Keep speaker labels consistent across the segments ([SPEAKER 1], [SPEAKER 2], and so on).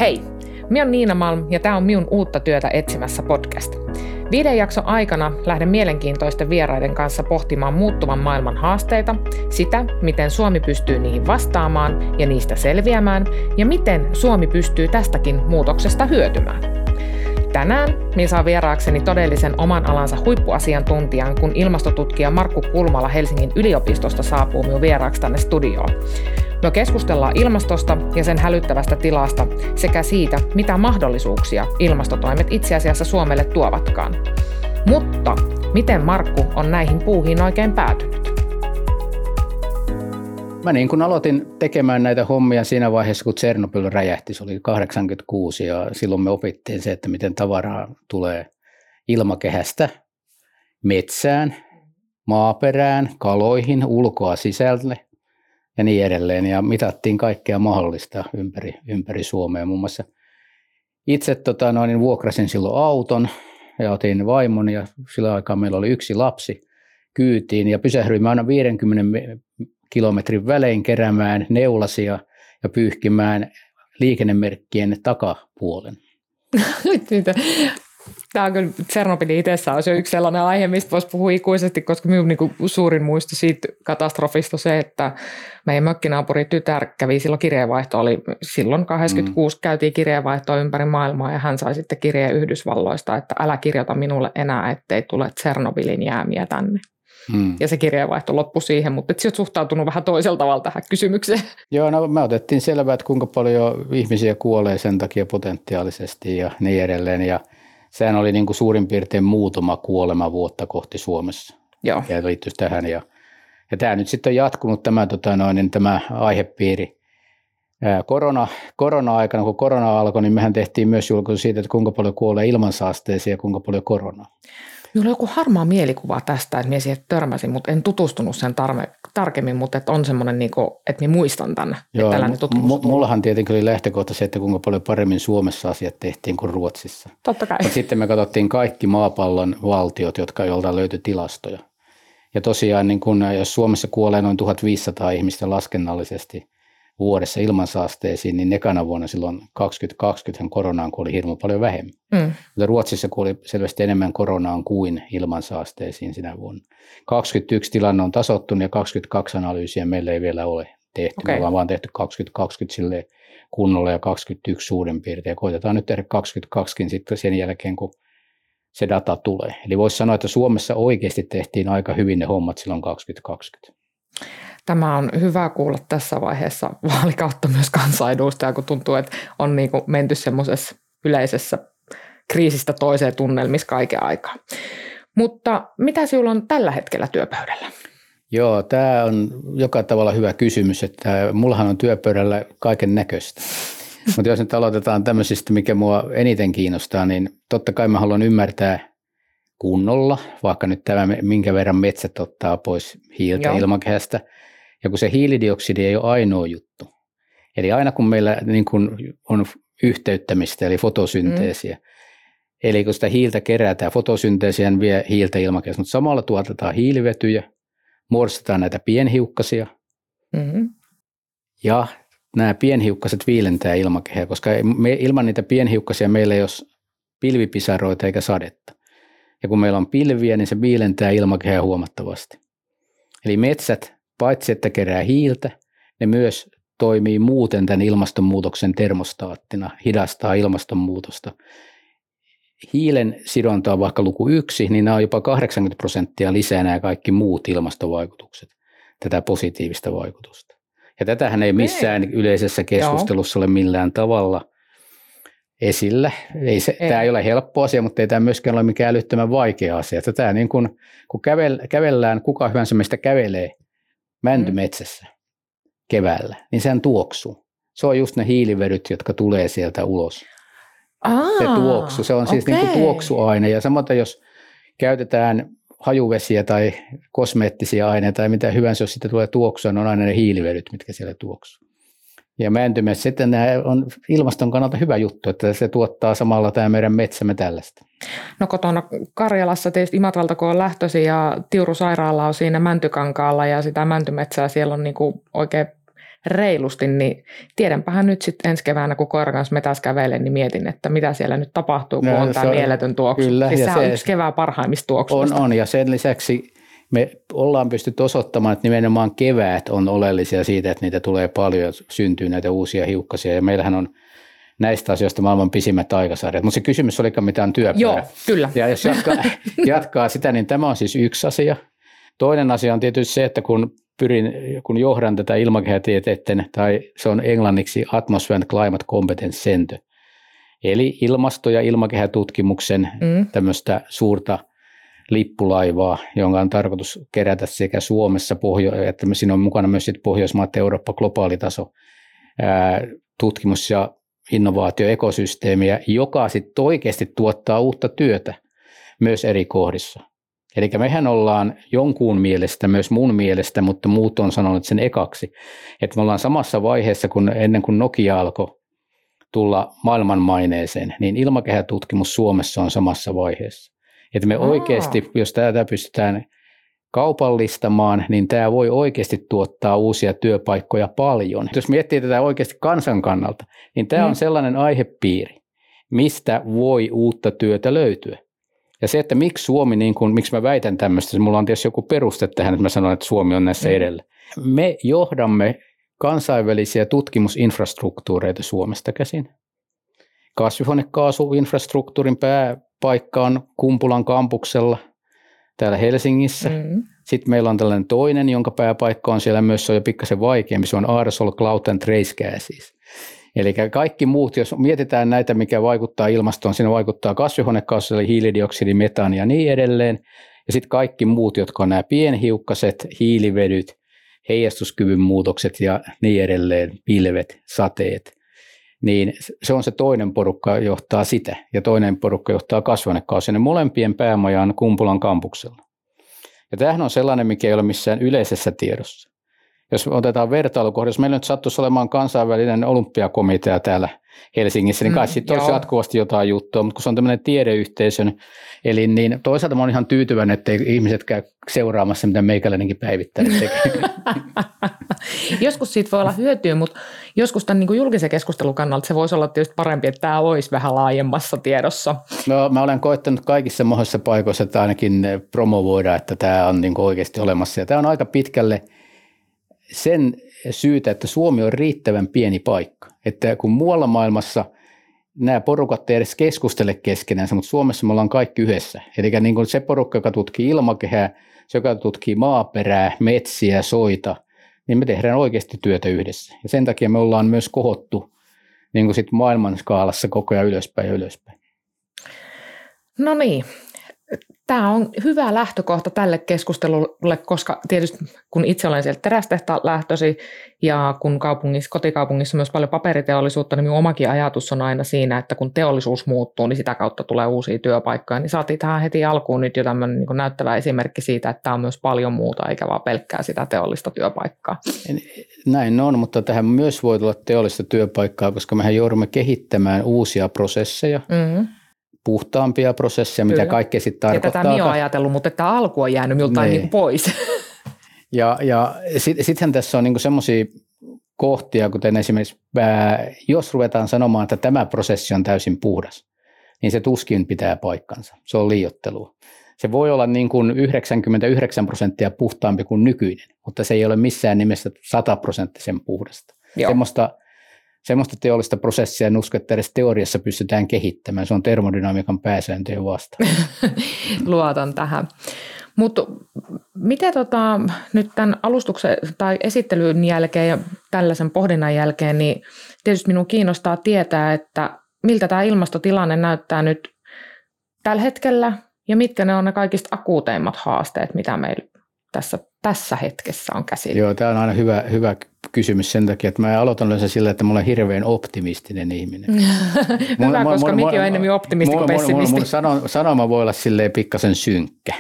[SPEAKER 1] Hei, minä olen Niina Malm ja tämä on minun uutta työtä etsimässä podcast. 5 jakson aikana lähden mielenkiintoisten vieraiden kanssa pohtimaan muuttuvan maailman haasteita, sitä, miten Suomi pystyy niihin vastaamaan ja niistä selviämään, ja miten Suomi pystyy tästäkin muutoksesta hyötymään. Tänään minä saan vieraakseni todellisen oman alansa huippuasiantuntijan, kun ilmastotutkija Markku Kulmala Helsingin yliopistosta saapuu minun vieraaksi tänne studioon. Me keskustellaan ilmastosta ja sen hälyttävästä tilasta sekä siitä, mitä mahdollisuuksia ilmastotoimet itse asiassa Suomelle tuovatkaan. Mutta miten Markku on näihin puuhiin oikein päätynyt?
[SPEAKER 2] Mä niin kun aloitin tekemään näitä hommia siinä vaiheessa, kun Tšernobyl räjähti, se oli 86 ja silloin me opittiin se, että miten tavaraa tulee ilmakehästä metsään, maaperään, kaloihin, ulkoa sisälle ja niin edelleen. Ja mitattiin kaikkea mahdollista ympäri Suomea. Muun muassa itse vuokrasin silloin auton ja otin vaimon ja sillä aikaa meillä oli 1 lapsi kyytiin ja pysähdyimme aina 50 kilometrin välein keräämään neulasia ja pyyhkimään liikennemerkkien takapuolen.
[SPEAKER 1] Tämä on kyllä Tšernobylin itsessään olisi jo yksi sellainen aihe, mistä voisi puhua ikuisesti, koska minun suurin muisto siitä katastrofista on se, että meidän mökkinaapuri tytär kävi silloin kirjeenvaihto, oli silloin 86 käytiin kirjeenvaihtoa ympäri maailmaa ja hän sai sitten kirjeen Yhdysvalloista, että älä kirjoita minulle enää, ettei tule Tšernobylin jäämiä tänne. Ja se kirjeenvaihto loppui siihen, mutta et olet suhtautunut vähän toisella tavalla tähän kysymykseen.
[SPEAKER 2] Joo, no me otettiin selvää, että kuinka paljon ihmisiä kuolee sen takia potentiaalisesti ja niin edelleen. Ja sehän oli niin kuin suurin piirtein muutama kuolema vuotta kohti Suomessa.
[SPEAKER 1] Joo.
[SPEAKER 2] Ja liittyisi tähän. Ja tämä nyt sitten on jatkunut tämä aihepiiri. Korona-aikana, kun korona alkoi, niin mehän tehtiin myös julkaisu siitä, että kuinka paljon kuolee ilmansaasteisiin ja kuinka paljon koronaa.
[SPEAKER 1] Minulla on joku harmaa mielikuva tästä, että minä siihen törmäsin, mutta en tutustunut sen tarkemmin, mutta että on semmoinen, että minä muistan tänne.
[SPEAKER 2] Joo, mullahan tietenkin oli lähtökohta se, että kuinka paljon paremmin Suomessa asiat tehtiin kuin Ruotsissa.
[SPEAKER 1] Totta kai.
[SPEAKER 2] Mutta sitten me katsottiin kaikki maapallon valtiot, jolta löytyi tilastoja. Ja tosiaan, niin kun, jos Suomessa kuolee noin 1500 ihmistä laskennallisesti vuodessa ilmansaasteisiin, niin ekana vuonna silloin 2020 koronaan kuoli hirmu paljon vähemmän. Mutta Ruotsissa kuoli selvästi enemmän koronaan kuin ilmansaasteisiin sinä vuonna. 2021 tilanne on tasoittunut ja 2022 analyysiä meillä ei vielä ole tehty. Okay. Me ollaan vaan tehty 2020 silleen kunnolla ja 2021 suurin piirtein. Ja koitetaan nyt tehdä 2022 sitten sen jälkeen, kun se data tulee. Eli voisi sanoa, että Suomessa oikeasti tehtiin aika hyvin ne hommat silloin 2020.
[SPEAKER 1] Tämä on hyvä kuulla tässä vaiheessa vaalikautta myös kansanedustajaa, kun tuntuu, että on niin kuin menty semmoisessa yleisessä kriisistä toiseen tunnelmissa kaiken aikaa. Mutta mitä sinulla on tällä hetkellä työpöydällä?
[SPEAKER 2] Joo, tämä on joka tavalla hyvä kysymys, että mullahan on työpöydällä kaiken näköistä. Mutta jos nyt aloitetaan tämmöisistä, mikä mua eniten kiinnostaa, niin totta kai mä haluan ymmärtää kunnolla, vaikka nyt tämä, minkä verran metsät ottaa pois hiiltä ilmakehästä. Ja kun se hiilidioksidi ei ole ainoa juttu. Eli aina kun meillä niin kun on yhteyttämistä, eli fotosynteesiä, eli kun sitä hiiltä kerätään, fotosynteesiä vie hiiltä ilmakehästä, mutta samalla tuotetaan hiilivetyjä, muodostetaan näitä pienhiukkasia, ja nämä pienhiukkaset viilentää ilmakehää, koska ilman niitä pienhiukkasia meillä ei ole pilvipisaroita eikä sadetta. Ja kun meillä on pilviä, niin se viilentää ilmakehää huomattavasti. Eli metsät, paitsi että kerää hiiltä, ne myös toimii muuten tämän ilmastonmuutoksen termostaattina, hidastaa ilmastonmuutosta. Hiilen sidonta on vaikka luku 1, niin nämä on jopa 80% lisää nämä kaikki muut ilmastovaikutukset, tätä positiivista vaikutusta. Ja tätähän ei missään yleisessä keskustelussa ole millään tavalla esillä. Tämä ei ole helppo asia, mutta ei tämä myöskään ole mikään älyttömän vaikea asia. Tämä niin kun kävellään, kuka hyvänsä meistä kävelee mäntymetsässä keväällä, niin sehän tuoksuu. Se on just ne hiilivedyt, jotka tulee sieltä ulos. Se tuoksu, se on siis niin kuin tuoksuaine. Ja samoin, jos käytetään hajuvesiä tai kosmeettisia aineita tai mitä hyvänsä, jos siitä tulee tuoksua, niin on aina ne hiilivedyt, mitkä siellä tuoksuu. Ja mäntymessä sitten nämä on ilmaston kannalta hyvä juttu, että se tuottaa samalla tämä meidän metsämme tällaista.
[SPEAKER 1] No kotona Karjalassa tietysti Imatralta kun on lähtöisin ja Tiuru sairaala on siinä Mäntykankaalla ja sitä mäntymetsää siellä on niinku oikein reilusti, niin tiedänpähän nyt sitten ensi keväänä, kun koiran kanssa metäs kävelen, niin mietin, että mitä siellä nyt tapahtuu, kun on tämä mieletön tuoksu.
[SPEAKER 2] Kyllä,
[SPEAKER 1] siis sehän on yksi kevään parhaimmista tuoksuista.
[SPEAKER 2] On, ja sen lisäksi me ollaan pystytty osoittamaan, että nimenomaan keväät on oleellisia siitä, että niitä tulee paljon ja syntyy näitä uusia hiukkasia, ja meillähän on näistä asioista maailman pisimmät aikasarjat. Mutta se kysymys olikaan mitään työpäivä.
[SPEAKER 1] Joo, kyllä.
[SPEAKER 2] Ja jos jatkaa sitä, niin tämä on siis yksi asia. Toinen asia on tietysti se, että kun johdan tätä ilmakehätieteiden, tai se on englanniksi Atmosphere and Climate Competence Center, eli ilmasto- ja ilmakehätutkimuksen tämmöistä suurta lippulaivaa, jonka on tarkoitus kerätä sekä Suomessa, että siinä on mukana myös Pohjoismaat, Eurooppa, globaali taso, tutkimus- ja innovaatioekosysteemiä, joka sitten oikeasti tuottaa uutta työtä myös eri kohdissa. Eli mehän ollaan jonkun mielestä, myös mun mielestä, mutta muut on sanonut sen ekaksi, että me ollaan samassa vaiheessa, ennen kuin Nokia alkoi tulla maailmanmaineeseen, niin ilmakehätutkimus Suomessa on samassa vaiheessa. Että me oikeasti, jos tätä pystytään kaupallistamaan, niin tämä voi oikeasti tuottaa uusia työpaikkoja paljon. Jos miettii tätä oikeasti kansan kannalta, niin tämä on sellainen aihepiiri, mistä voi uutta työtä löytyä. Ja se, että miksi Suomi, miksi mä väitän tämmöistä, mulla on tietysti joku peruste tähän, että mä sanon, että Suomi on näissä edellä. Me johdamme kansainvälisiä tutkimusinfrastruktuureita Suomesta käsin. Kasvihuonekaasuinfrastruktuurin pääpaikka on Kumpulan kampuksella täällä Helsingissä. Sitten meillä on tällainen toinen, jonka pääpaikka on siellä myös, se on jo pikkasen vaikeampi, se on Aerosol Cloud and Trace Gases. Eli kaikki muut, jos mietitään näitä, mikä vaikuttaa ilmastoon, siinä vaikuttaa kasvihuonekaasu, eli hiilidioksidi, metaani ja niin edelleen. Ja sitten kaikki muut, jotka on nämä pienhiukkaset, hiilivedyt, heijastuskyvyn muutokset ja niin edelleen, pilvet, sateet. Niin se on se toinen porukka, johtaa sitä, ja toinen porukka johtaa kasvihuonekaasuja. Ne molempien päämaja on Kumpulan kampuksella. Ja tämähän on sellainen, mikä ei ole missään yleisessä tiedossa. Jos otetaan vertailukohde, jos meillä nyt sattuisi olemaan kansainvälinen olympiakomitea täällä Helsingissä, niin kai sitten olisi jatkuvasti jotain juttua, mutta kun se on tämmöinen tiedeyhteisön, eli niin toisaalta mä olen ihan tyytyväinen, että ihmiset käy seuraamassa, mitä meikäläinenkin päivittäin tekee.
[SPEAKER 1] Joskus siitä voi olla hyötyä, mutta joskus tämän niin julkisen keskustelun kannalta se voisi olla tietysti parempi, että tämä olisi vähän laajemmassa tiedossa.
[SPEAKER 2] No, mä olen koettanut kaikissa mahdollisissa paikoissa, että ainakin promovoida, että tämä on niin oikeasti olemassa, ja tämä on aika pitkälle sen syytä, että Suomi on riittävän pieni paikka. Että kun muualla maailmassa nämä porukat ei edes keskustele keskenään, mutta Suomessa me ollaan kaikki yhdessä. Eli niin kuin se porukka, joka tutkii ilmakehää, se, joka tutkii maaperää, metsiä, soita, niin me tehdään oikeasti työtä yhdessä. Ja sen takia me ollaan myös kohottu niin kuin sit maailman skaalassa koko ajan ylöspäin ja ylöspäin.
[SPEAKER 1] No niin. Tämä on hyvä lähtökohta tälle keskustelulle, koska tietysti kun itse olen sieltä terästehtaan lähtöisin ja kun kotikaupungissa on myös paljon paperiteollisuutta, niin minun omakin ajatus on aina siinä, että kun teollisuus muuttuu, niin sitä kautta tulee uusia työpaikkoja. Niin saatiin tähän heti alkuun nyt jo tämmöinen niin näyttävä esimerkki siitä, että tämä on myös paljon muuta, eikä vaan pelkkää sitä teollista työpaikkaa.
[SPEAKER 2] Näin on, mutta tähän myös voi tulla teollista työpaikkaa, koska mehän joudumme kehittämään uusia prosesseja. Puhtaampia prosesseja, mitä kaikkea sitten tarkoittaa.
[SPEAKER 1] Ja tätä minä olen ajatellut, mutta tämä alku on jäänyt miltain niin pois.
[SPEAKER 2] Ja sittenhän tässä on niin semmoisia kohtia, kuten esimerkiksi, jos ruvetaan sanomaan, että tämä prosessi on täysin puhdas, niin se tuskin pitää paikkansa. Se on liioittelua. Se voi olla niin kuin 99% puhtaampi kuin nykyinen, mutta se ei ole missään nimessä 100% puhdasta. Semmoista teollista prosessia en usko, että edes teoriassa pystytään kehittämään. Se on termodynamiikan pääsääntöjen vastaan.
[SPEAKER 1] Luotan tähän. Mutta miten nyt tämän alustuksen tai esittelyn jälkeen ja tällaisen pohdinnan jälkeen, niin tietysti minun kiinnostaa tietää, että miltä tämä ilmastotilanne näyttää nyt tällä hetkellä ja mitkä ne on ne kaikista akuuteimmat haasteet, mitä meillä tässä hetkessä on käsillä.
[SPEAKER 2] Joo, tämä on aina hyvä kysymys sen takia, että mä aloitan yleensä sillä, että mä olen hirveän optimistinen ihminen.
[SPEAKER 1] Hyvä, koska mikin on enemmän optimisti kuin pessimisti.
[SPEAKER 2] Mun sanoma voi olla silleen pikkasen synkkä.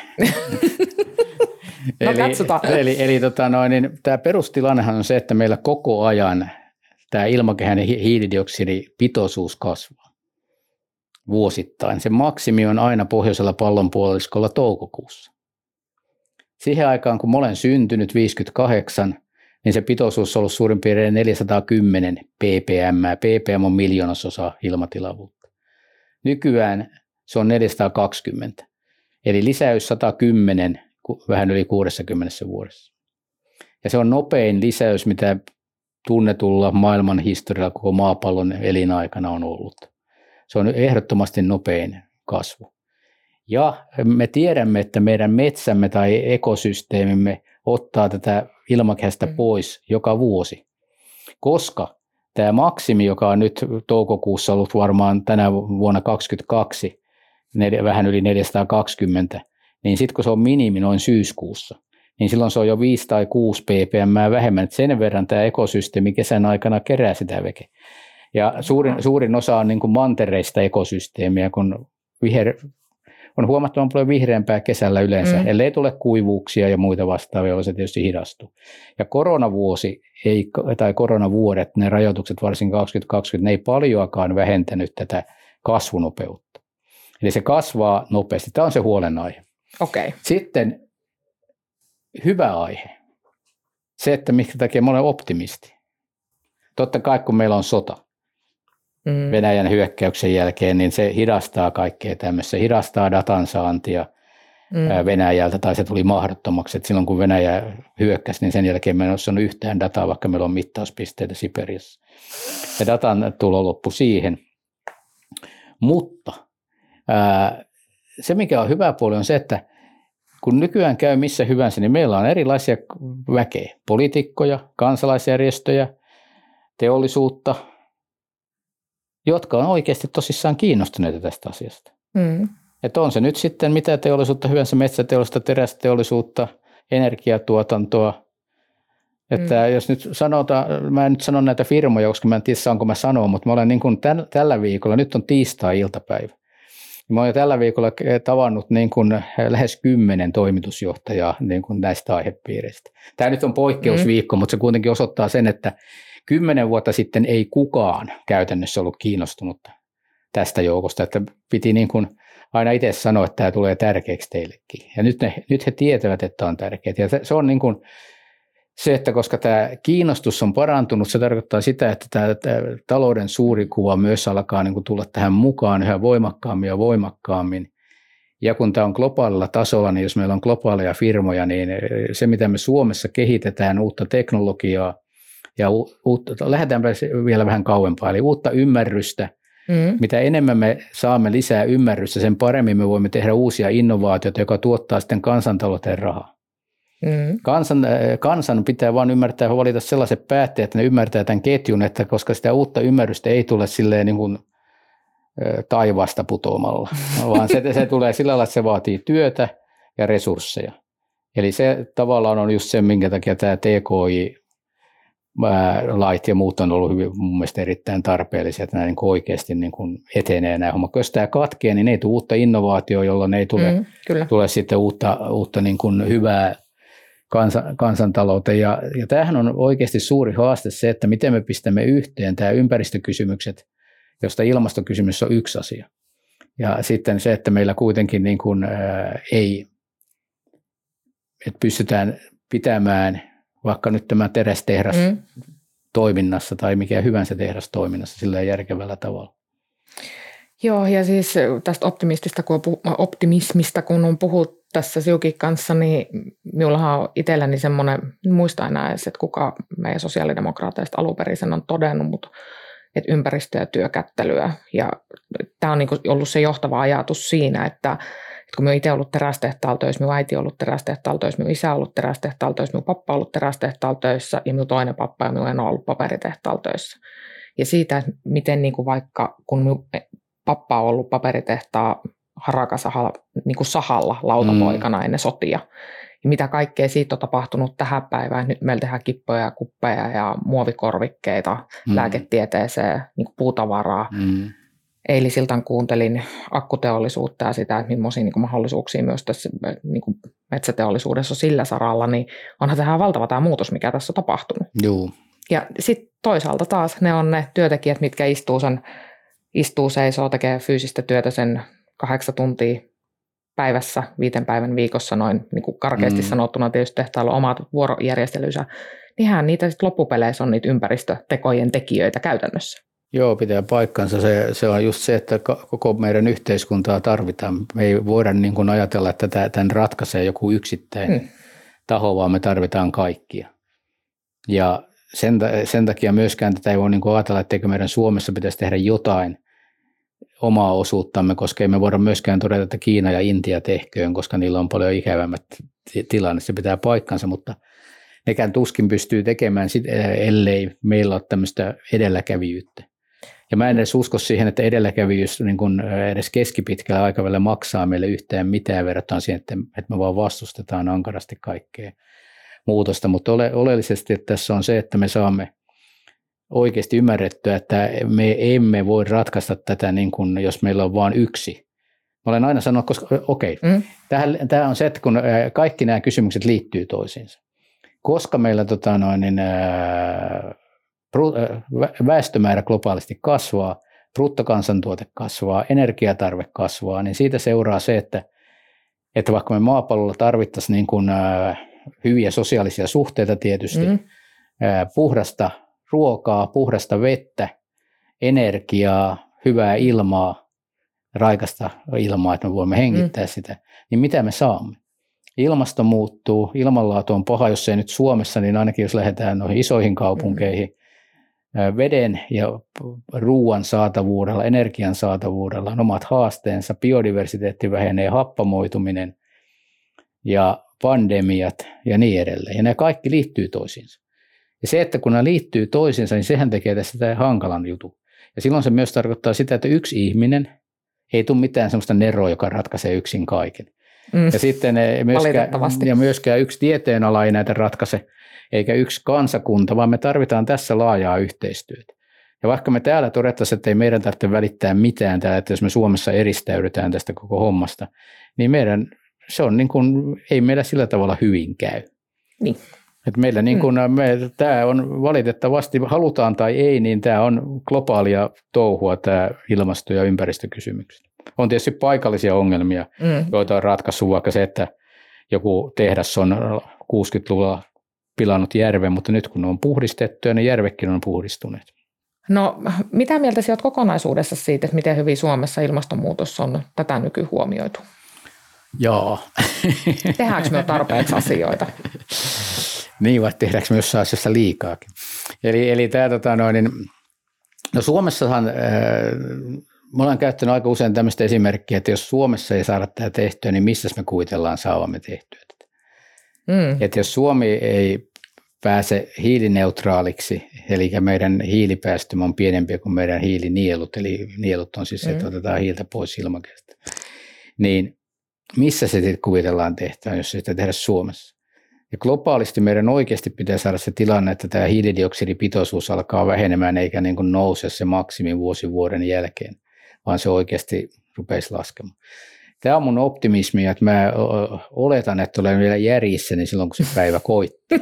[SPEAKER 2] Eli tämä perustilannehan on se, että meillä koko ajan tämä ilmakehän hiilidioksidipitoisuus kasvaa vuosittain. Se maksimi on aina pohjoisella pallonpuoliskolla toukokuussa. Siihen aikaan, kun mä olen syntynyt 58, niin se pitoisuus on ollut suurin piirtein 410 ppm. ppm on miljoonasosa ilmatilavuutta. Nykyään se on 420, eli lisäys 110 vähän yli 60 vuodessa. Ja se on nopein lisäys, mitä tunnetulla maailman historialla koko maapallon elinaikana on ollut. Se on ehdottomasti nopein kasvu. Ja me tiedämme, että meidän metsämme tai ekosysteemimme ottaa tätä ilmakehästä pois joka vuosi, koska tämä maksimi, joka on nyt toukokuussa ollut varmaan tänä vuonna 2022, vähän yli 420, niin sitten kun se on minimi noin syyskuussa, niin silloin se on jo 5 tai 6 ppm vähemmän. Et sen verran tämä ekosysteemi kesän aikana kerää sitä veke. Ja suurin osa on niin kuin mantereista ekosysteemiä, kun on huomattavan paljon vihreämpää kesällä yleensä, ellei tule kuivuuksia ja muita vastaavia, jolloin se tietysti hidastuu. Ja koronavuosi tai koronavuodet, ne rajoitukset varsinkin 2020, ne ei paljoakaan vähentänyt tätä kasvunopeutta. Eli se kasvaa nopeasti. Tämä on se huolenaihe.
[SPEAKER 1] Okay.
[SPEAKER 2] Sitten hyvä aihe. Se, että minkä takia mä olen optimisti. Totta kai kun meillä on sota Venäjän hyökkäyksen jälkeen, niin se hidastaa kaikkea tämmöistä. Se hidastaa datan saantia Venäjältä, tai se tuli mahdottomaksi. Et silloin kun Venäjä hyökkäsi, niin sen jälkeen me ei ole saanut yhtään dataa, vaikka meillä on mittauspisteitä Siperiassa. Ja datan tulo loppui siihen. Mutta se, mikä on hyvä puoli, on se, että kun nykyään käy missä hyvänsä, niin meillä on erilaisia väkeä, poliitikkoja, kansalaisjärjestöjä, teollisuutta, jotka on oikeasti tosissaan kiinnostuneita tästä asiasta. Että on se nyt sitten mitä teollisuutta hyvänsä, metsäteollisuutta, terästeollisuutta, energiatuotantoa. Että jos nyt sanotaan, mä en nyt sano näitä firmoja, koska mä en tiedä saanko mä sanoa, mutta mä olen niin kuin tällä viikolla, nyt on tiistai-iltapäivä. Mä olen jo tällä viikolla tavannut niin kuin lähes 10 toimitusjohtajaa niin kuin näistä aihepiireistä. Tämä nyt on poikkeusviikko, mutta se kuitenkin osoittaa sen, että 10 vuotta sitten ei kukaan käytännössä ollut kiinnostunut tästä joukosta, että piti niin kuin aina itse sanoa, että tämä tulee tärkeäksi teillekin. Ja nyt he tietävät, että on tärkeää. Ja se on niin kuin se, että koska tämä kiinnostus on parantunut, se tarkoittaa sitä, että tämä talouden suuri kuva myös alkaa niin kuin tulla tähän mukaan yhä voimakkaammin ja voimakkaammin. Ja kun tämä on globaalilla tasolla, niin jos meillä on globaaleja firmoja, niin se mitä me Suomessa kehitetään, uutta teknologiaa ja lähdetään vielä vähän kauempaa, eli uutta ymmärrystä. Mitä enemmän me saamme lisää ymmärrystä, sen paremmin me voimme tehdä uusia innovaatioita, joka tuottaa sitten kansantalouteen rahaa. Kansan pitää vain ymmärtää ja valita sellaiset päättäjät, että ne ymmärtää tämän ketjun, että koska sitä uutta ymmärrystä ei tule silleen niin kuin taivaasta putoamalla, vaan se tulee sillä lailla, että se vaatii työtä ja resursseja. Eli se tavallaan on just se, minkä takia tämä TKI-lait ja muut on ollut mun mielestä erittäin tarpeellisia, että nämä niin oikeasti niin kuin etenee nämä hommat. Jos tämä katkee, niin ei tule uutta innovaatiota, jolloin ei tule sitten uutta niin kuin hyvää kansantalouteen. Ja tämähän on oikeasti suuri haaste se, että miten me pistämme yhteen tämä ympäristökysymykset, josta ilmastokysymys on yksi asia. Ja sitten se, että meillä kuitenkin niin kuin, että pystytään pitämään vaikka nyt tämä terästehdas toiminnassa tai mikä hyvänsä tehdas toiminnassa sillä järkevällä tavalla.
[SPEAKER 1] Joo, ja siis tästä optimismista, kun on puhuttu tässä Siukin kanssa, niin minullahan on itselläni semmoinen, muista enää edes, että kuka meidän sosiaalidemokraateista alun perin sen on todennut, mutta että ympäristö- ja työkättelyä. Ja tämä on niin kuin ollut se johtava ajatus siinä, että kun minä olen itse ollut terästehtaalla töissä, minun äiti on ollut terästehtaalla töissä, minun isä on ollut terästehtaalla töissä, minun pappa on ollut terästehtaalla töissä ja minun toinen pappa ja minun eno on ollut paperitehtaalla töissä. Ja siitä, miten niin kuin vaikka kun minun pappa on ollut paperitehtaa Harakasahalla niin kuin sahalla lautapoikana ennen sotia. Ja mitä kaikkea siitä on tapahtunut tähän päivään. Nyt meillä tehdään kippoja ja kuppeja ja muovikorvikkeita lääketieteeseen, niin kuin puutavaraa. Eilisiltan kuuntelin akkuteollisuutta ja sitä, että millaisia niin kuin mahdollisuuksia myös tässä niin kuin metsäteollisuudessa on sillä saralla, niin onhan tähän valtava tämä muutos, mikä tässä on tapahtunut.
[SPEAKER 2] Joo.
[SPEAKER 1] Ja sitten toisaalta taas ne on ne työntekijät, mitkä istuu seisoo, tekee fyysistä työtä sen 8 tuntia päivässä, 5 päivän viikossa noin niin kuin karkeasti sanottuna. Tietysti tehtailla on omat vuorojärjestelynsä, niinhän niitä sitten loppupeleissä on niitä ympäristötekojen tekijöitä käytännössä.
[SPEAKER 2] Joo, pitää paikkansa. Se on just se, että koko meidän yhteiskuntaa tarvitaan. Me ei voida niin kuin ajatella, että tämän ratkaisee joku yksittäinen taho, vaan me tarvitaan kaikkia. Ja sen takia myöskään tätä ei voi niin kuin ajatella, etteikö meidän Suomessa pitäisi tehdä jotain omaa osuuttamme, koska ei me voida myöskään todeta, että Kiina ja Intia tehköön, koska niillä on paljon ikävämmät tilanne. Se pitää paikkansa, mutta nekään tuskin pystyy tekemään, ellei meillä ole tämmöistä edelläkävijyyttä. Ja mä en edes usko siihen, että edelläkävijyys niin kun edes keskipitkällä aikavälillä maksaa meille yhtään mitään verrattuna siihen, että me vaan vastustetaan ankarasti kaikkea muutosta. Mutta oleellisesti että tässä on se, että me saamme oikeasti ymmärrettyä, että me emme voi ratkaista tätä, niin kuin, jos meillä on vain yksi. Mä olen aina sanonut, koska tämä on se, että kun kaikki nämä kysymykset liittyy toisiinsa. Koska meillä väestömäärä globaalisti kasvaa, bruttokansantuote kasvaa, energiatarve kasvaa, niin siitä seuraa se, että vaikka me maapallolla tarvittaisiin niin kuin, hyviä sosiaalisia suhteita tietysti, puhdasta ruokaa, puhdasta vettä, energiaa, hyvää ilmaa, raikasta ilmaa, että me voimme hengittää sitä, niin mitä me saamme? Ilmasto muuttuu, ilmanlaatu on paha, jos ei nyt Suomessa, niin ainakin jos lähdetään noihin isoihin kaupunkeihin, veden ja ruoan saatavuudella, energian saatavuudella on omat haasteensa, biodiversiteetti vähenee, happamoituminen ja pandemiat ja niin edelleen. Ja nämä kaikki liittyy toisiinsa. Ja se, että kun nämä liittyy toisiinsa, niin sehän tekee tästä hankalan jutun. Ja silloin se myös tarkoittaa sitä, että yksi ihminen ei tule mitään sellaista neroa, joka ratkaisee yksin kaiken. Ja sitten myöskään yksi tieteenala ei näitä ratkaise, eikä yksi kansakunta, vaan me tarvitaan tässä laajaa yhteistyötä. Ja vaikka me täällä todettaisiin, että ei meidän tarvitse välittää mitään täällä, että jos me Suomessa eristäydytään tästä koko hommasta, niin se on niin kuin, ei meillä sillä tavalla hyvin käy.
[SPEAKER 1] Niin.
[SPEAKER 2] Että meillä niin kuin, tämä on valitettavasti, halutaan tai ei, niin tämä on globaalia touhua, tämä ilmasto- ja ympäristökysymykset. On tietysti paikallisia ongelmia, joita on ratkaissut, vaikka se, että joku tehdas on 60-luvulla pilannut järven, mutta nyt kun ne on puhdistettu ja ne järvekin on puhdistuneet.
[SPEAKER 1] No, mitä mieltä sinä olet kokonaisuudessa siitä, että miten hyvin Suomessa ilmastonmuutos on tätä nykyhuomioitu?
[SPEAKER 2] Joo.
[SPEAKER 1] Tehdäänkö me tarpeeksi asioita?
[SPEAKER 2] Niin, vai tehdäänkö me jossain asiassa liikaakin? Eli tämä, no Suomessahan me ollaan käyttänyt aika usein tämmöistä esimerkkiä, että jos Suomessa ei saada tätä tehtyä, niin missä me kuvitellaan saavamme tehtyä tätä. Että jos Suomi ei pääse hiilineutraaliksi, eli meidän hiilipäästömme on pienempiä kuin meidän hiilinielut, eli nielut on siis se, että otetaan hiiltä pois ilmakehästä, niin missä se sitten kuvitellaan tehtävän, jos sitä tehdä Suomessa? Ja globaalisti meidän oikeasti pitää saada se tilanne, että tämä hiilidioksidipitoisuus alkaa vähenemään eikä niin kuin nouse se maksimi vuoden jälkeen, vaan se oikeasti rupeisi laskemaan. Tämä on mun optimismi, että mä oletan, että olen vielä järjissäni silloin, kun se päivä koittaa.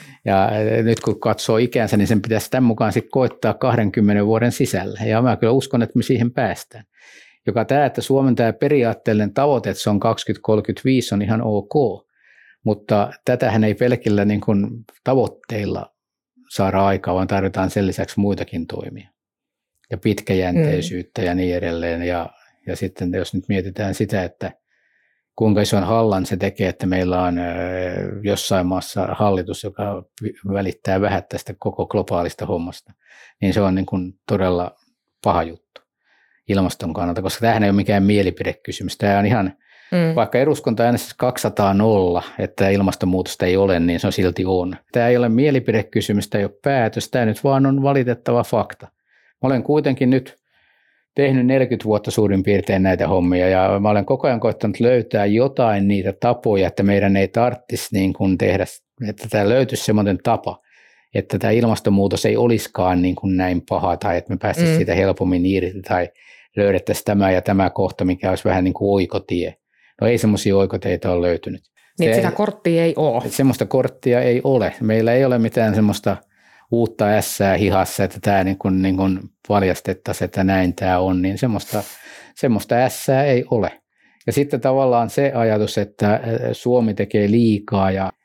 [SPEAKER 2] Ja nyt kun katsoo ikänsä, niin sen pitäisi tämän mukaan sitten koittaa 20 vuoden sisällä. Ja mä kyllä uskon, että me siihen päästään. Joka tämä, että Suomen tämä periaatteellinen tavoite, että se on 2035, on ihan ok. Mutta tätähän ei pelkillä niin kuin tavoitteilla saada aikaa, vaan tarvitaan sen lisäksi muitakin toimia. Ja pitkäjänteisyyttä ja niin edelleen. Ja sitten jos nyt mietitään sitä, että kuinka ison hallan se tekee, että meillä on jossain maassa hallitus, joka välittää vähän tästä koko globaalista hommasta, niin se on niin kuin todella paha juttu ilmaston kannalta, koska tämähän ei ole mikään mielipidekysymys. Tämä on ihan, vaikka eduskunta äänestää 200-0, että ilmastonmuutosta ei ole, niin se on silti on. Tämä ei ole mielipidekysymys, tämä ei ole päätös, tämä nyt vaan on valitettava fakta. Mä olen kuitenkin nyt tehnyt 40 vuotta suurin piirtein näitä hommia ja mä olen koko ajan koittanut löytää jotain niitä tapoja, että meidän ei tarvitsisi niin kuin tehdä, että tämä löytyisi semmoinen tapa, että tämä ilmastonmuutos ei olisikaan niin kuin näin paha tai että me päästäisiin siitä helpommin irti tai löydettäisiin tämä ja tämä kohta, mikä olisi vähän niin kuin oikotie. No ei semmoisia oikoteita ole löytynyt.
[SPEAKER 1] Niin sitä korttia ei ole.
[SPEAKER 2] Semmoista korttia ei ole. Meillä ei ole mitään semmoista uutta ässää hihassa, että tämä niin kuin valjastettaisiin, että näin tämä on, niin semmoista ässää ei ole. Ja sitten tavallaan se ajatus, että Suomi tekee liikaa ja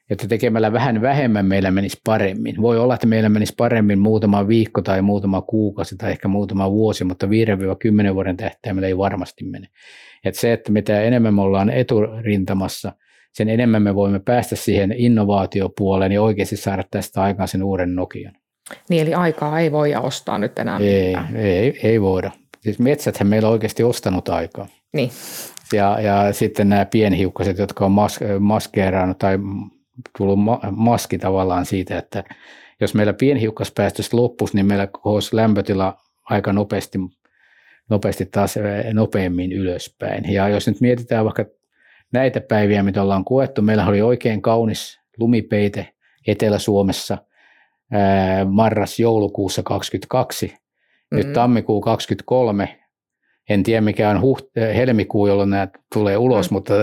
[SPEAKER 2] että tekemällä vähän vähemmän meillä menisi paremmin. Voi olla, että meillä menisi paremmin muutama viikko tai muutama kuukausi tai ehkä muutama vuosi, mutta 5-10 vuoden tähtäimellä ei varmasti mene. Että se, että mitä enemmän me ollaan eturintamassa, sen enemmän me voimme päästä siihen innovaatiopuoleen ja oikeasti saada tästä aikaan sen uuden Nokian.
[SPEAKER 1] Niin, eli aikaa ei voi ostaa nyt enää mitään.
[SPEAKER 2] Ei voida. Siis metsäthän meillä on oikeasti ostanut aikaa.
[SPEAKER 1] Niin.
[SPEAKER 2] Ja sitten nämä pienhiukkaset, jotka on maskeerannut tai tullut maski tavallaan siitä, että jos meillä pienhiukkaspäästöstä loppuisi, niin meillä kohoisi lämpötila aika nopeasti taas nopeammin ylöspäin. Ja jos nyt mietitään vaikka näitä päiviä, mitä ollaan koettu, meillä oli oikein kaunis lumipeite Etelä-Suomessa marras-joulukuussa 2022, nyt tammikuu 2023, en tiedä mikä on helmikuu, jolloin nämä tulee ulos, mutta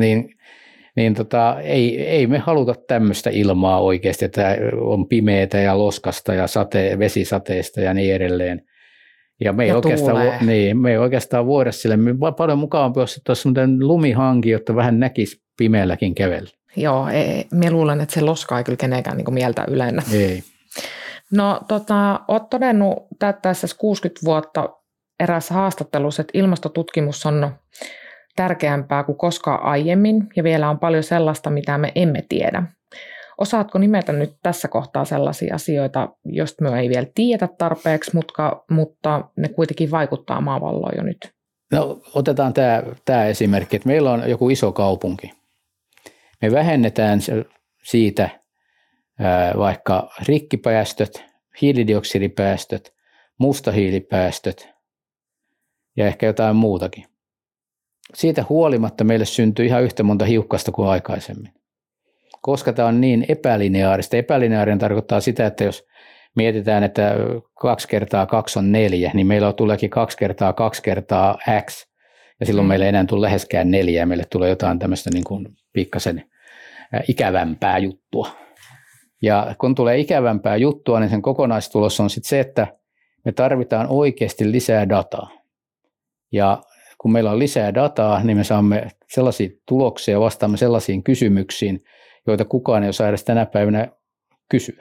[SPEAKER 2] ei me haluta tämmöistä ilmaa oikeasti, että on pimeätä ja loskasta ja vesisateista ja niin edelleen. Ja me ei oikeastaan voida sille. Paljon mukavampi olisi, että olisi sellainen lumihanki, jotta vähän näkisi pimeälläkin kävellä.
[SPEAKER 1] Joo, me luulen, että se loska ei kyllä kenenkään niin mieltä ylennä.
[SPEAKER 2] Ei.
[SPEAKER 1] No, olet todennut täyttäessä 60 vuotta eräässä haastattelussa, että ilmastotutkimus on tärkeämpää kuin koskaan aiemmin ja vielä on paljon sellaista, mitä me emme tiedä. Osaatko nimetä nyt tässä kohtaa sellaisia asioita, joista me ei vielä tiedä tarpeeksi, mutta ne kuitenkin vaikuttaa maapalloon jo nyt?
[SPEAKER 2] No, otetaan tämä esimerkki, että meillä on joku iso kaupunki. Me vähennetään siitä vaikka rikkipäästöt, hiilidioksidipäästöt, mustahiilipäästöt ja ehkä jotain muutakin. Siitä huolimatta meille syntyy ihan yhtä monta hiukkasta kuin aikaisemmin. Koska tämä on niin epälineaarista. Epälineaarinen tarkoittaa sitä, että jos mietitään, että 2 × 2 on 4, niin meillä tuleekin 2 × 2 × x, ja silloin meillä ei enää tule läheskään 4, ja meille tulee jotain tämmöistä niin kuin pikkasen ikävämpää juttua. Ja kun tulee ikävämpää juttua, niin sen kokonaistulos on sitten se, että me tarvitaan oikeasti lisää dataa. Ja kun meillä on lisää dataa, niin me saamme sellaisia tuloksia ja vastaamme sellaisiin kysymyksiin, joita kukaan ei osaa edes tänä päivänä kysyä.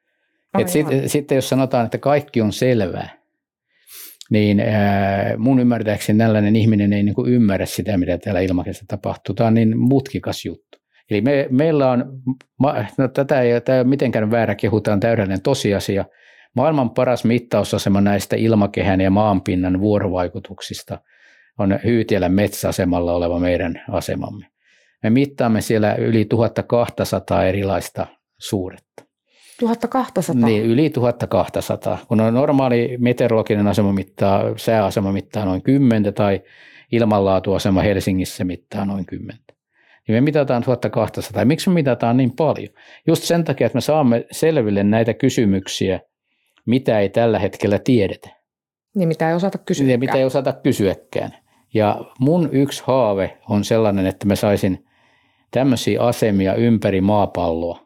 [SPEAKER 2] Sitten jos sanotaan, että kaikki on selvää, niin mun ymmärtääkseni tällainen ihminen ei niin kuin ymmärrä sitä, mitä täällä ilmakehässä tapahtuu. Tämä on niin mutkikas juttu. Eli meillä on, tätä ei ole mitenkään väärä kehu, tämä on täydellinen tosiasia. Maailman paras mittausasema näistä ilmakehän ja maanpinnan vuorovaikutuksista on Hyytiälän metsäasemalla oleva meidän asemamme. Me mittaamme siellä yli 1200 erilaista suuretta.
[SPEAKER 1] 1200?
[SPEAKER 2] Niin, yli 1200. Kun on normaali meteorologinen asema mittaa, sääasema mittaa noin 10 tai ilmanlaatuasema Helsingissä mittaa noin 10. Niin me mitataan 1200. Ja miksi me mitataan niin paljon? Just sen takia, että me saamme selville näitä kysymyksiä, mitä ei tällä hetkellä tiedetä.
[SPEAKER 1] Niin mitä ei osata kysyäkään.
[SPEAKER 2] Ja mitä ei osata kysyäkään. Ja mun yksi haave on sellainen, että mä saisin tämmöisiä asemia ympäri maapalloa.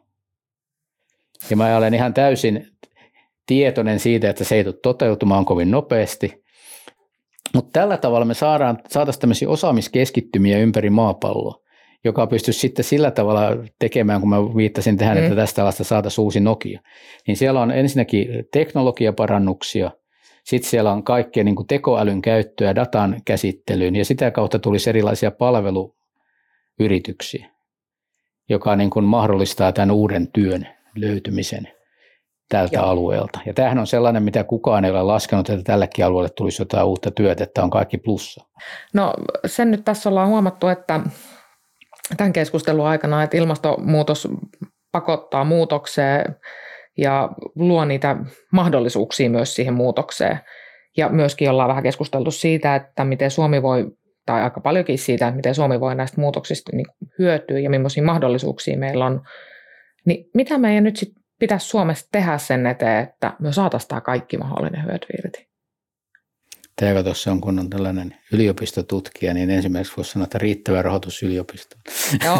[SPEAKER 2] Ja mä olen ihan täysin tietoinen siitä, että se ei tule toteutumaan kovin nopeasti. Mutta tällä tavalla me saataisiin tämmöisiä osaamiskeskittymiä ympäri maapalloa, joka pystyisi sitten sillä tavalla tekemään, kun mä viittasin tähän, että tästä alasta saataisiin uusi Nokia. Niin siellä on ensinnäkin teknologiaparannuksia, sitten siellä on kaikkea niin kuin tekoälyn käyttöä datan käsittelyyn ja sitä kautta tulisi erilaisia palveluyrityksiä, joka niin kuin mahdollistaa tämän uuden työn löytymisen tältä alueelta. Ja tämähän on sellainen, mitä kukaan ei ole laskenut, että tällekin alueelle tulisi jotain uutta työtä, että on kaikki plussa.
[SPEAKER 1] No sen nyt tässä ollaan huomattu, että tämän keskustelun aikana, että ilmastonmuutos pakottaa muutokseen ja luo niitä mahdollisuuksia myös siihen muutokseen. Ja myöskin ollaan vähän keskusteltu siitä, että miten Suomi voi, tai aika paljonkin siitä, että miten Suomi voi näistä muutoksista niin hyötyä ja millaisia mahdollisuuksia meillä on. Niin mitä meidän nyt sitten pitäisi Suomessa tehdä sen eteen, että me saataisiin tämä kaikki mahdollinen hyöty irti?
[SPEAKER 2] Tämä tuossa on, kun on tällainen yliopistotutkija, niin ensimmäiseksi voisi sanoa, että riittävä rahoitus yliopistoon.
[SPEAKER 1] Joo,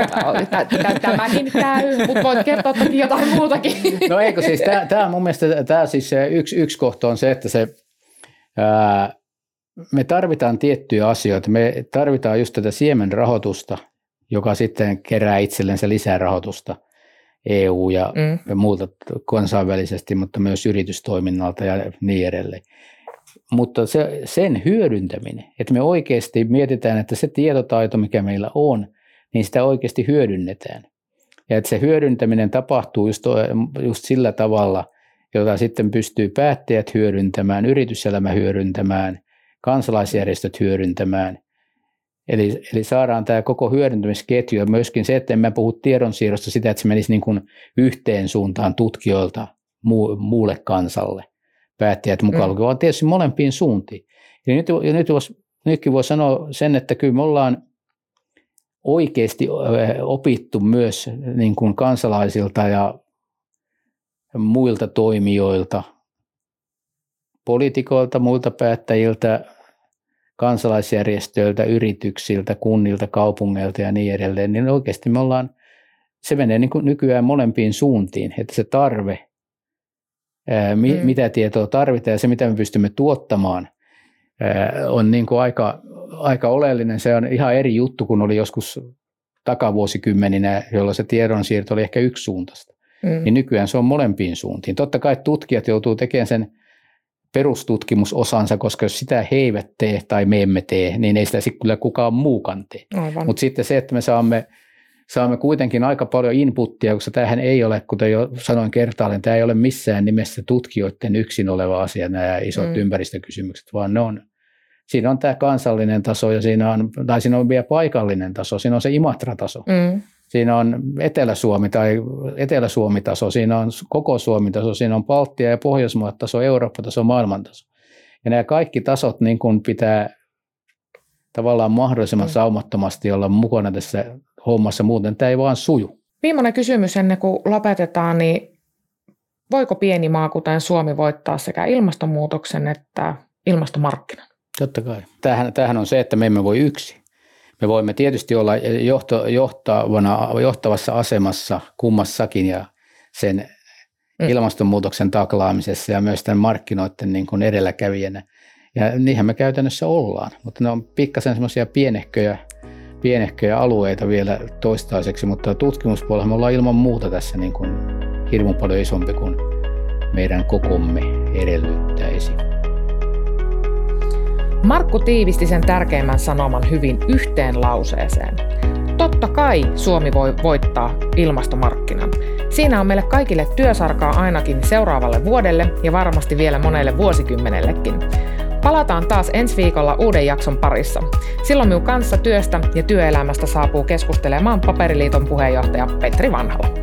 [SPEAKER 1] tämäkin käy, mutta voit kertoa toki jotain muutakin.
[SPEAKER 2] No eikö siis, tämä mun mielestä yksi kohta on se, että me tarvitaan tiettyjä asioita. Me tarvitaan just tätä siemenrahoitusta joka sitten kerää itsellensä lisää rahoitusta EU ja muulta kansainvälisesti, mutta myös yritystoiminnalta ja niin edelleen. Mutta sen hyödyntäminen, että me oikeasti mietitään, että se tietotaito, mikä meillä on, niin sitä oikeasti hyödynnetään. Ja että se hyödyntäminen tapahtuu just sillä tavalla, jota sitten pystyy päättäjät hyödyntämään, yrityselämä hyödyntämään, kansalaisjärjestöt hyödyntämään. Eli saadaan tämä koko hyödyntämisketju ja myöskin se, että emme puhu tiedonsiirrosta sitä, että se menisi niin kuin yhteen suuntaan tutkijoilta muulle kansalle, päättäjät mukaan lukien, vaan tietysti molempiin suuntiin. Ja nytkin voi sanoa sen, että kyllä me ollaan oikeasti opittu myös niin kuin kansalaisilta ja muilta toimijoilta, poliitikoilta, muilta päättäjiltä, kansalaisjärjestöiltä, yrityksiltä, kunnilta, kaupungeilta ja niin edelleen, niin oikeasti se menee niin kuin nykyään molempiin suuntiin, että se tarve, mitä tietoa tarvitaan ja se, mitä me pystymme tuottamaan, on niin kuin aika oleellinen. Se on ihan eri juttu, kun oli joskus takavuosikymmeninä, jolloin se tiedonsiirto oli ehkä yksisuuntaista. Niin nykyään se on molempiin suuntiin. Totta kai tutkijat joutuu tekemään sen perustutkimusosansa, koska jos sitä he eivät tee tai me emme tee, niin ei sitä sitten kyllä kukaan muukaan tee. Mutta sitten se, että me saamme kuitenkin aika paljon inputtia, koska tämähän ei ole, kuten jo sanoin kertaalleen, tämä ei ole missään nimessä tutkijoiden yksin oleva asia, nämä isot ympäristökysymykset, vaan siinä on tämä kansallinen taso ja siinä on vielä paikallinen taso, siinä on se Imatra-taso. Siinä on Etelä-Suomi tai Etelä-Suomi-taso, siinä on koko Suomi-taso, siinä on Baltia- ja Pohjoismaat-taso, Eurooppa-taso, maailmantaso. Ja nämä kaikki tasot niin kuin pitää tavallaan mahdollisimman saumattomasti olla mukana tässä hommassa, muuten tämä ei vaan suju.
[SPEAKER 1] Viimeinen kysymys ennen kuin lopetetaan, niin voiko pieni maa kuten Suomi voittaa sekä ilmastonmuutoksen että ilmastomarkkinan?
[SPEAKER 2] Totta kai. Tämähän on se, että me emme voi yksin. Me voimme tietysti olla johtavassa asemassa kummassakin ja sen ilmastonmuutoksen taklaamisessa ja myös tämän markkinoiden niin kuin edelläkävijänä. Ja niinhän me käytännössä ollaan, mutta ne on pikkasen semmoisia pienehköjä alueita vielä toistaiseksi, mutta tutkimuspuolella me ollaan ilman muuta tässä niin kuin hirmu paljon isompi kuin meidän kokomme edellyttäisi.
[SPEAKER 1] Markku tiivisti sen tärkeimmän sanoman hyvin yhteen lauseeseen. Totta kai Suomi voi voittaa ilmastomarkkinan. Siinä on meille kaikille työsarkaa ainakin seuraavalle vuodelle ja varmasti vielä monelle vuosikymmenellekin. Palataan taas ensi viikolla uuden jakson parissa. Silloin minun kanssa työstä ja työelämästä saapuu keskustelemaan Paperiliiton puheenjohtaja Petri Vanhala.